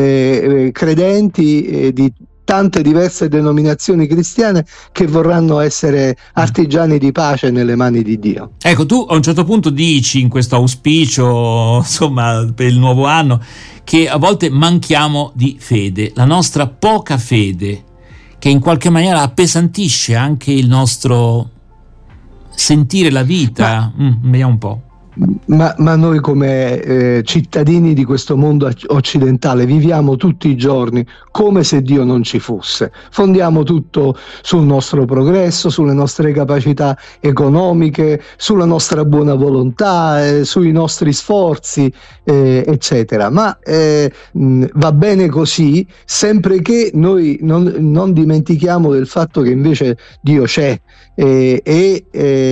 credenti di tante diverse denominazioni cristiane che vorranno essere artigiani di pace nelle mani di Dio. Ecco, tu a un certo punto dici in questo auspicio, insomma, per il nuovo anno, che a volte manchiamo di fede, la nostra poca fede, che in qualche maniera appesantisce anche il nostro sentire la vita. Vediamo un po'. Ma noi come cittadini di questo mondo occidentale viviamo tutti i giorni come se Dio non ci fosse. Fondiamo tutto sul nostro progresso, sulle nostre capacità economiche, sulla nostra buona volontà, sui nostri sforzi, eccetera. Ma va bene così, sempre che noi non dimentichiamo del fatto che invece Dio c'è e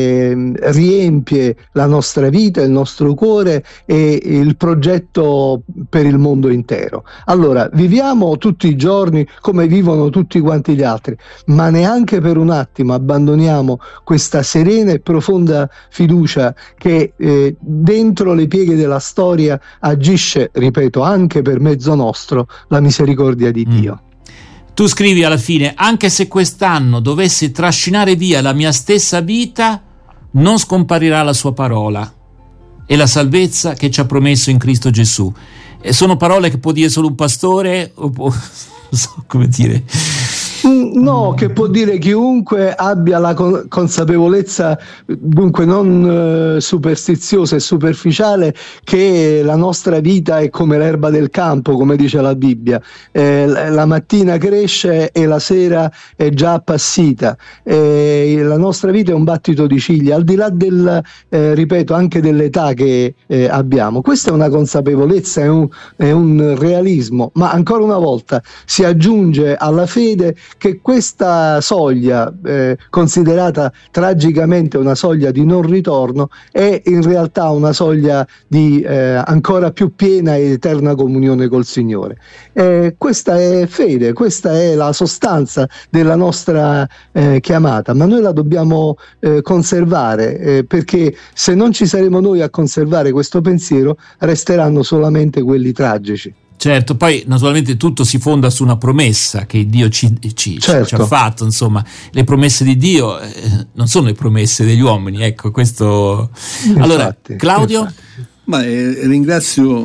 riempie la nostra vita, il nostro cuore e il progetto per il mondo intero. Allora, viviamo tutti i giorni come vivono tutti quanti gli altri, ma neanche per un attimo abbandoniamo questa serena e profonda fiducia che dentro le pieghe della storia agisce, ripeto, anche per mezzo nostro, la misericordia di Dio. Tu scrivi alla fine: anche se quest'anno dovesse trascinare via la mia stessa vita, non scomparirà la sua parola e la salvezza che ci ha promesso in Cristo Gesù. E sono parole che può dire solo un pastore, o non so come dire. No, che può dire chiunque abbia la consapevolezza, dunque non superstiziosa e superficiale, che la nostra vita è come l'erba del campo, come dice la Bibbia. La mattina cresce e la sera è già appassita. La nostra vita è un battito di ciglia, al di là ripeto, anche dell'età che abbiamo. Questa è una consapevolezza, è un realismo, ma ancora una volta si aggiunge alla fede che questa soglia, considerata tragicamente una soglia di non ritorno, è in realtà una soglia di ancora più piena e eterna comunione col Signore. Questa è fede, questa è la sostanza della nostra chiamata, ma noi la dobbiamo conservare, perché se non ci saremo noi a conservare questo pensiero, resteranno solamente quelli tragici. Certo, poi naturalmente tutto si fonda su una promessa che Dio ci ha fatto, insomma, le promesse di Dio non sono le promesse degli uomini, ecco, questo. Allora, infatti, Claudio? Ma ringrazio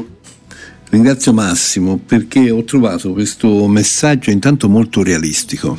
Massimo, perché ho trovato questo messaggio intanto molto realistico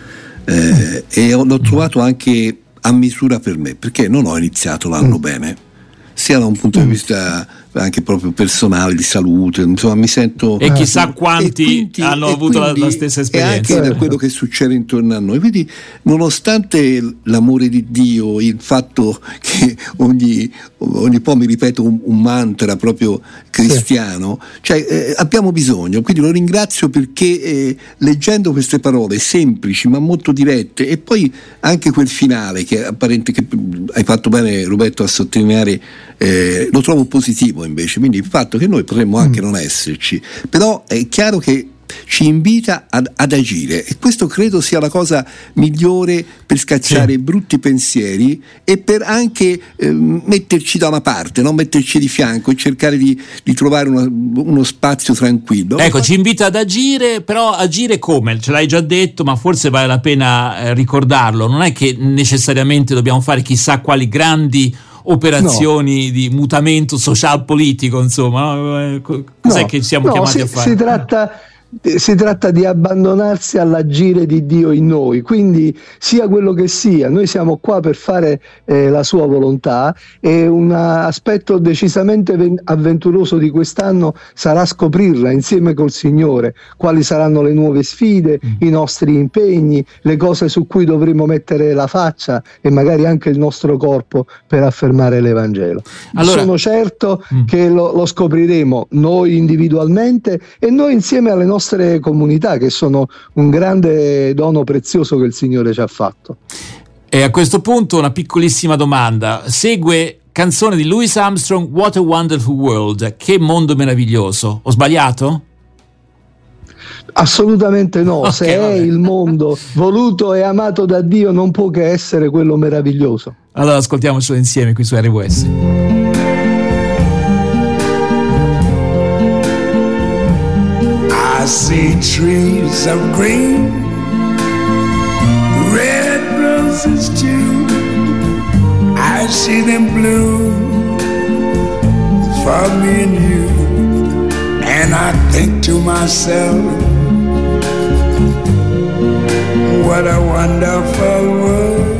e l'ho trovato anche a misura per me, perché non ho iniziato l'anno bene, sia da un punto di vista anche proprio personale, di salute, insomma mi sento, e chissà quanti hanno avuto la stessa esperienza, e anche da quello che succede intorno a noi. Quindi, nonostante l'amore di Dio, il fatto che ogni po' mi ripeto un mantra proprio cristiano, cioè abbiamo bisogno, quindi lo ringrazio perché leggendo queste parole semplici ma molto dirette, e poi anche quel finale che apparente, che hai fatto bene Roberto a sottolineare, lo trovo positivo invece, quindi il fatto che noi potremmo anche non esserci, però è chiaro che ci invita ad agire, e questo credo sia la cosa migliore per scacciare i brutti pensieri e per anche metterci da una parte, non metterci di fianco e cercare di trovare uno spazio tranquillo. Ecco, ci invita ad agire, però agire come? Ce l'hai già detto, ma forse vale la pena ricordarlo. Non è che necessariamente dobbiamo fare chissà quali grandi operazioni di mutamento social politico, insomma, cos'è che siamo chiamati a fare? Si tratta si tratta di abbandonarsi all'agire di Dio in noi, quindi sia quello che sia, noi siamo qua per fare la sua volontà, e un aspetto decisamente avventuroso di quest'anno sarà scoprirla insieme col Signore, quali saranno le nuove sfide, i nostri impegni, le cose su cui dovremo mettere la faccia e magari anche il nostro corpo per affermare l'Evangelo. Allora, sono certo che lo scopriremo noi individualmente e noi insieme alle nostre comunità, che sono un grande dono prezioso che il Signore ci ha fatto. E a questo punto una piccolissima domanda. Segue canzone di Louis Armstrong, What a Wonderful World. Che mondo meraviglioso. Ho sbagliato? Assolutamente no. Okay, se è il mondo voluto e amato da Dio, non può che essere quello meraviglioso. Allora ascoltiamocelo insieme qui su RWS. I see trees of green, red roses too. I see them bloom for me and you. And I think to myself, what a wonderful world.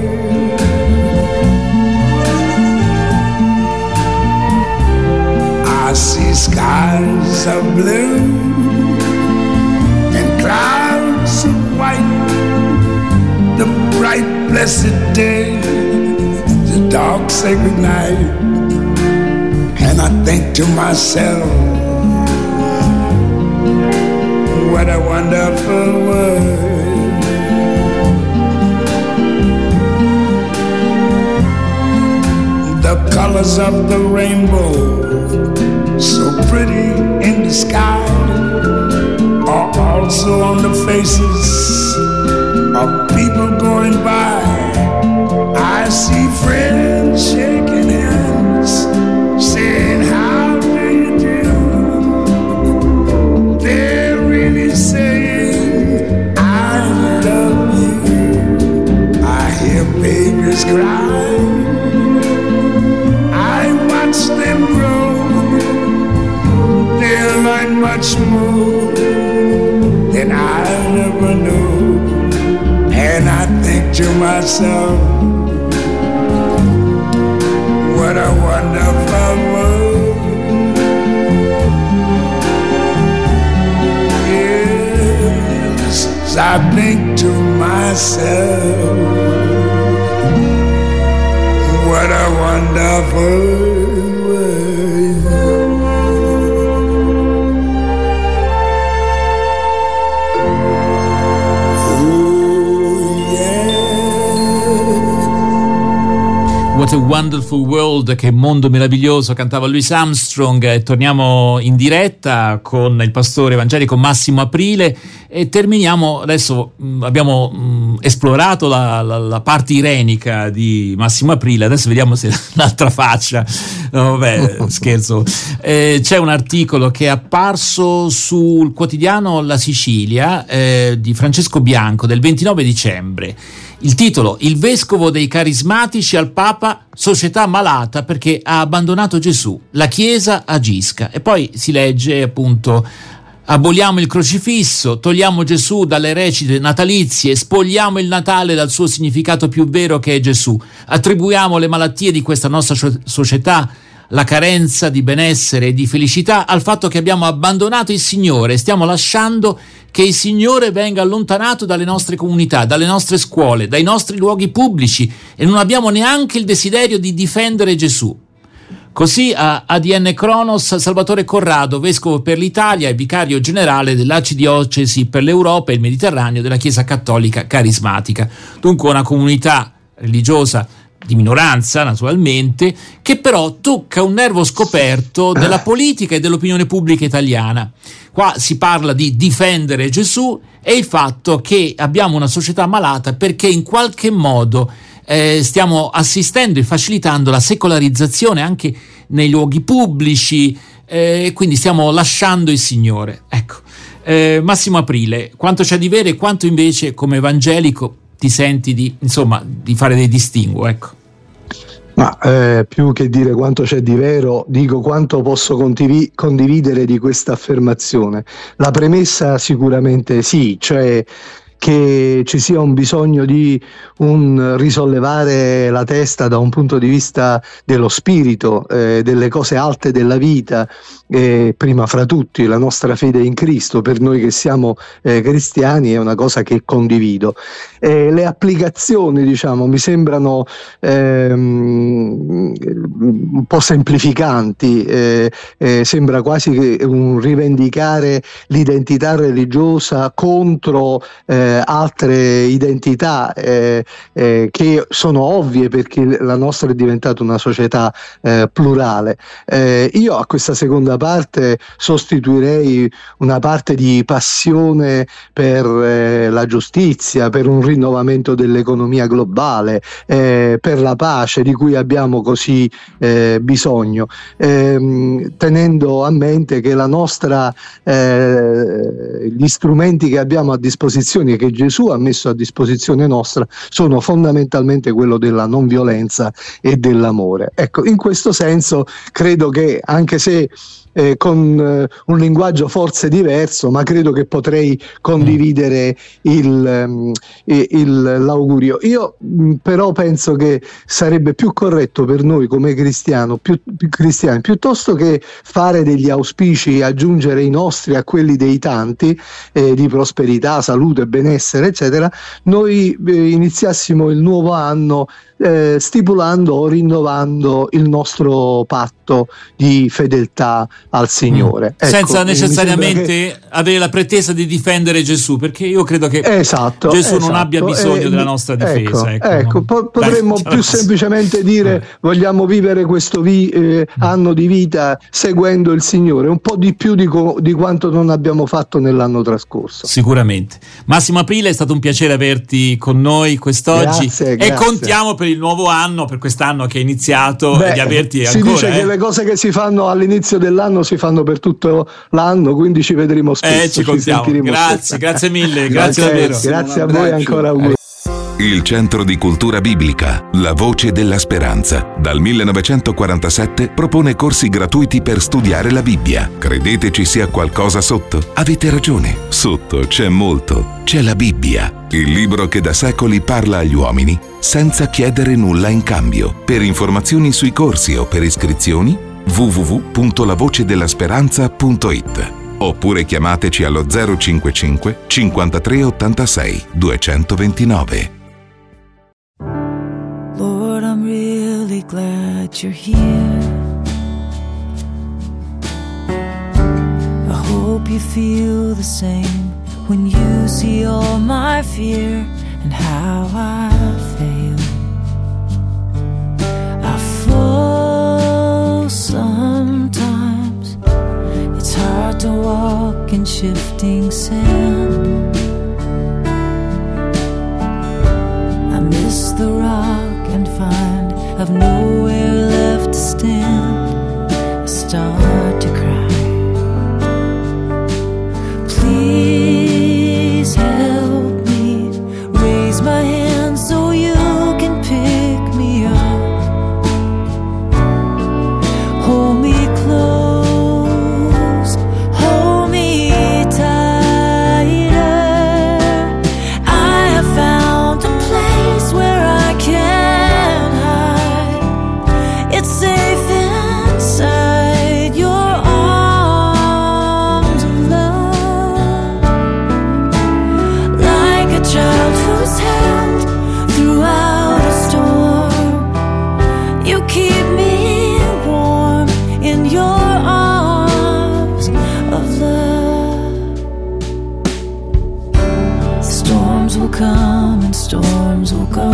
I see skies of blue and clouds of white, the bright blessed day, the dark sacred night. And I think to myself, what a wonderful world. The colors of the rainbow, so pretty in the sky, are also on the faces of people going by. I see friends shaking hands, saying how do you do. They're really saying I love you. I hear babies cry, I watch them grow. They'll learn much more than I ever knew. And I think to myself, what a wonderful world. Yes, I think to myself, what a wonderful world. What a Wonderful World, che mondo meraviglioso, cantava Louis Armstrong. Torniamo in diretta con il pastore evangelico Massimo Aprile e terminiamo adesso. Abbiamo esplorato la parte irenica di Massimo Aprile, adesso vediamo se l'altra faccia. No, vabbè, scherzo. C'è un articolo che è apparso sul quotidiano La Sicilia di Francesco Bianco del 29 dicembre. Il titolo: Il vescovo dei carismatici al Papa, società malata perché ha abbandonato Gesù, la Chiesa agisca. E poi si legge appunto: aboliamo il crocifisso, togliamo Gesù dalle recite natalizie, spogliamo il Natale dal suo significato più vero che è Gesù, attribuiamo le malattie di questa nostra società, la carenza di benessere e di felicità, al fatto che abbiamo abbandonato il Signore e stiamo lasciando che il Signore venga allontanato dalle nostre comunità, dalle nostre scuole, dai nostri luoghi pubblici, e non abbiamo neanche il desiderio di difendere Gesù. Così a ADN Cronos Salvatore Corrado, vescovo per l'Italia e vicario generale dell'Arcidiocesi per l'Europa e il Mediterraneo della Chiesa Cattolica Carismatica. Dunque una comunità religiosa di minoranza, naturalmente, che però tocca un nervo scoperto della politica e dell'opinione pubblica italiana. Qua si parla di difendere Gesù e il fatto che abbiamo una società malata perché in qualche modo stiamo assistendo e facilitando la secolarizzazione anche nei luoghi pubblici, quindi stiamo lasciando il Signore. Ecco, Massimo Aprile, quanto c'è di vero e quanto invece come evangelico ti senti di fare dei distinguo, ecco. Ma più che dire quanto c'è di vero, dico quanto posso condividere di questa affermazione. La premessa sicuramente sì, cioè che ci sia un bisogno di risollevare la testa da un punto di vista dello spirito, delle cose alte della vita, prima fra tutti la nostra fede in Cristo. Per noi che siamo cristiani è una cosa che condivido. Le applicazioni, diciamo, mi sembrano un po' semplificanti, sembra quasi che un rivendicare l'identità religiosa contro altre identità che sono ovvie, perché la nostra è diventata una società plurale. Io a questa seconda parte sostituirei una parte di passione per la giustizia, per un rinnovamento dell'economia globale, per la pace di cui abbiamo così bisogno, tenendo a mente che la nostra gli strumenti che abbiamo a disposizione, che Gesù ha messo a disposizione nostra, sono fondamentalmente quello della non violenza e dell'amore. Ecco, in questo senso credo che, anche se con un linguaggio forse diverso, ma credo che potrei condividere l'augurio. Io però penso che sarebbe più corretto per noi come cristiani, piuttosto che fare degli auspici, aggiungere i nostri a quelli dei tanti, di prosperità, salute, benessere, eccetera, noi iniziassimo il nuovo anno stipulando o rinnovando il nostro patto di fedeltà al Signore. Ecco, senza necessariamente avere la pretesa di difendere Gesù, perché io credo che Gesù non abbia bisogno della nostra difesa. Potremmo più semplicemente dire vogliamo vivere questo anno di vita seguendo il Signore, un po' di più di quanto non abbiamo fatto nell'anno trascorso. Sicuramente. Massimo Aprile, è stato un piacere averti con noi quest'oggi. Grazie. Contiamo per il nuovo anno, per quest'anno che è iniziato, di averti si ancora. Si dice che le cose che si fanno all'inizio dell'anno si fanno per tutto l'anno, quindi ci vedremo spesso. Ci contiamo. Grazie mille, grazie davvero. Grazie a voi ancora. Il Centro di Cultura Biblica, La Voce della Speranza, dal 1947 propone corsi gratuiti per studiare la Bibbia. Credete ci sia qualcosa sotto? Avete ragione, sotto c'è molto. C'è la Bibbia, il libro che da secoli parla agli uomini senza chiedere nulla in cambio. Per informazioni sui corsi o per iscrizioni, www.lavocedellasperanza.it oppure chiamateci allo 055 53 86 229. Lord, I'm really glad you're here. I hope you feel the same when you see all my fear and how I fail. I fall sometimes. It's hard to walk in shifting sand. I miss the rock and find I've nowhere left to stand. I start to cry. Please help me raise my hand so you can pick me up. Hold me close, hold me tighter. I have found a place where I can hide. It's safe inside your arms of love. Like a child who's held throughout a storm, you keep me warm in your arms of love. Storms will come and storms will go.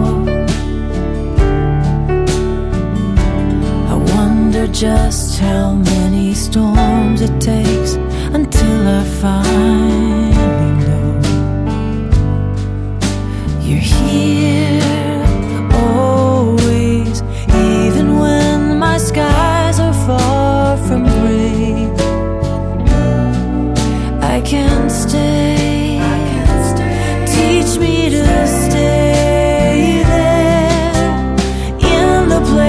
I wonder just how many storms it takes until I finally know you're here always, even when my skies are far from gray. I can stay. Teach me to stay there in the place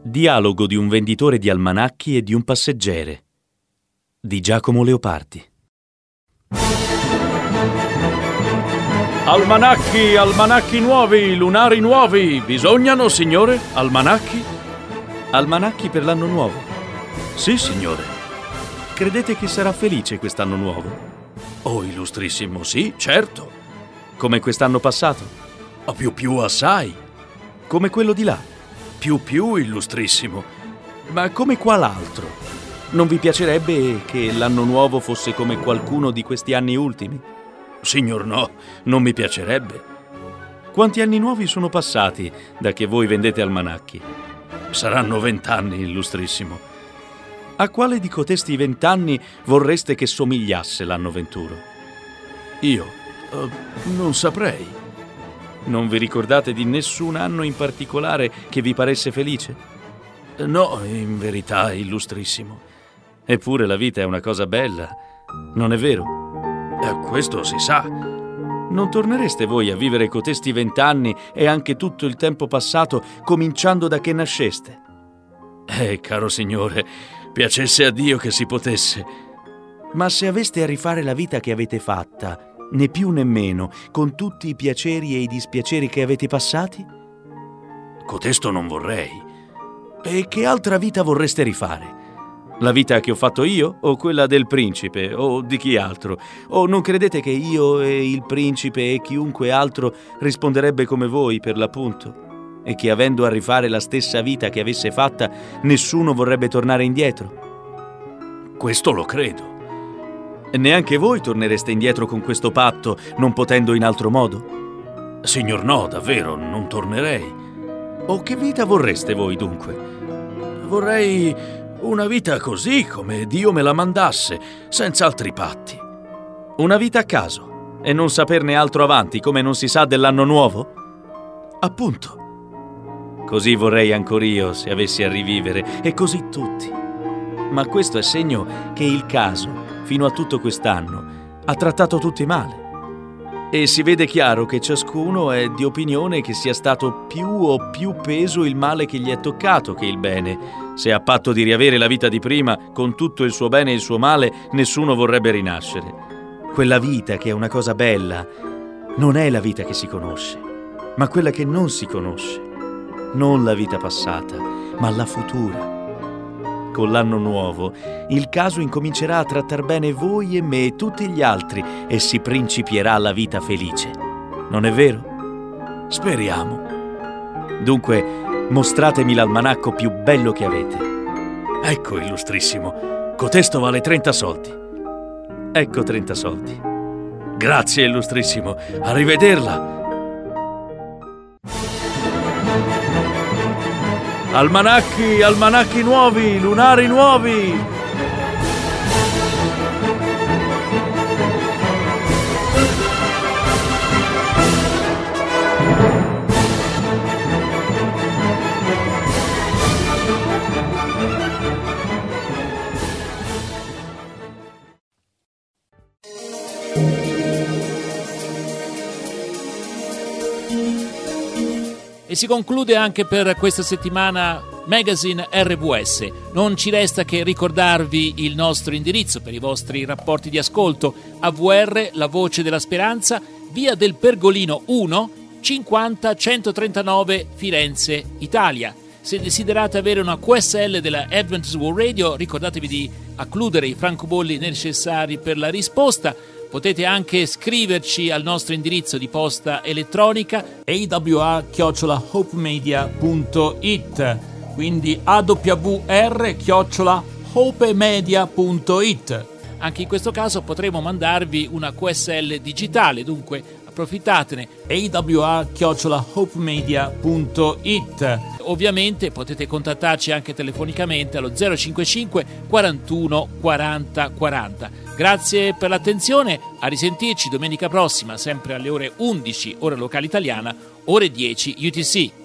Dialogo di un venditore di almanacchi e di un passeggere di Giacomo Leopardi. Almanacchi, almanacchi nuovi, lunari nuovi. Bisognano, signore, almanacchi? Almanacchi per l'anno nuovo? Sì, signore. Credete che sarà felice quest'anno nuovo? Oh, illustrissimo, sì, certo. Come quest'anno passato? A più assai. Come quello di là? Più, illustrissimo. Ma come qual altro? Non vi piacerebbe che l'anno nuovo fosse come qualcuno di questi anni ultimi? Signor no, non mi piacerebbe. Quanti anni nuovi sono passati da che voi vendete almanacchi? Saranno 20 anni, illustrissimo. A quale di cotesti 20 anni vorreste che somigliasse l'anno venturo? Io? Non saprei. Non vi ricordate di nessun anno in particolare che vi paresse felice? No, in verità, illustrissimo. Eppure la vita è una cosa bella, non è vero? Questo si sa. Non tornereste voi a vivere cotesti 20 anni e anche tutto il tempo passato, cominciando da che nasceste? Caro signore, piacesse a Dio che si potesse. Ma se aveste a rifare la vita che avete fatta, né più né meno, con tutti i piaceri e i dispiaceri che avete passati? Cotesto non vorrei. E che altra vita vorreste rifare? La vita che ho fatto io o quella del principe o di chi altro? O non credete che io e il principe e chiunque altro risponderebbe come voi per l'appunto? E che avendo a rifare la stessa vita che avesse fatta, nessuno vorrebbe tornare indietro? Questo lo credo. E neanche voi tornereste indietro con questo patto, non potendo in altro modo? Signor no, davvero, non tornerei. O che vita vorreste voi dunque? Vorrei una vita così come Dio me la mandasse, senza altri patti. Una vita a caso e non saperne altro avanti, come non si sa dell'anno nuovo? Appunto. Così vorrei ancor io se avessi a rivivere, e così tutti. Ma questo è segno che il caso, fino a tutto quest'anno, ha trattato tutti male. E si vede chiaro che ciascuno è di opinione che sia stato più o più peso il male che gli è toccato che il bene. Se a patto di riavere la vita di prima, con tutto il suo bene e il suo male, nessuno vorrebbe rinascere. Quella vita che è una cosa bella non è la vita che si conosce, ma quella che non si conosce. Non la vita passata, ma la futura. Con l'anno nuovo, il caso incomincerà a trattar bene voi e me e tutti gli altri e si principierà la vita felice. Non è vero? Speriamo. Dunque, mostratemi l'almanacco più bello che avete. Ecco, illustrissimo. Cotesto vale 30 soldi. Ecco 30 soldi. Grazie, illustrissimo. Arrivederla. Almanacchi, almanacchi nuovi, lunari nuovi. E si conclude anche per questa settimana Magazine RVS. Non ci resta che ricordarvi il nostro indirizzo per i vostri rapporti di ascolto: AVR, La Voce della Speranza, via del Pergolino 1, 50 139 Firenze, Italia. Se desiderate avere una QSL della Adventist World Radio, ricordatevi di accludere i francobolli necessari per la risposta. Potete anche scriverci al nostro indirizzo di posta elettronica awr@hopemedia.it, quindi awr@hopemedia.it. Anche in questo caso potremo mandarvi una QSL digitale, dunque approfittatene. awr@hopemedia.it. Ovviamente potete contattarci anche telefonicamente allo 055 41 40 40. Grazie per l'attenzione, a risentirci domenica prossima, sempre alle ore 11, ora locale italiana, ore 10 UTC.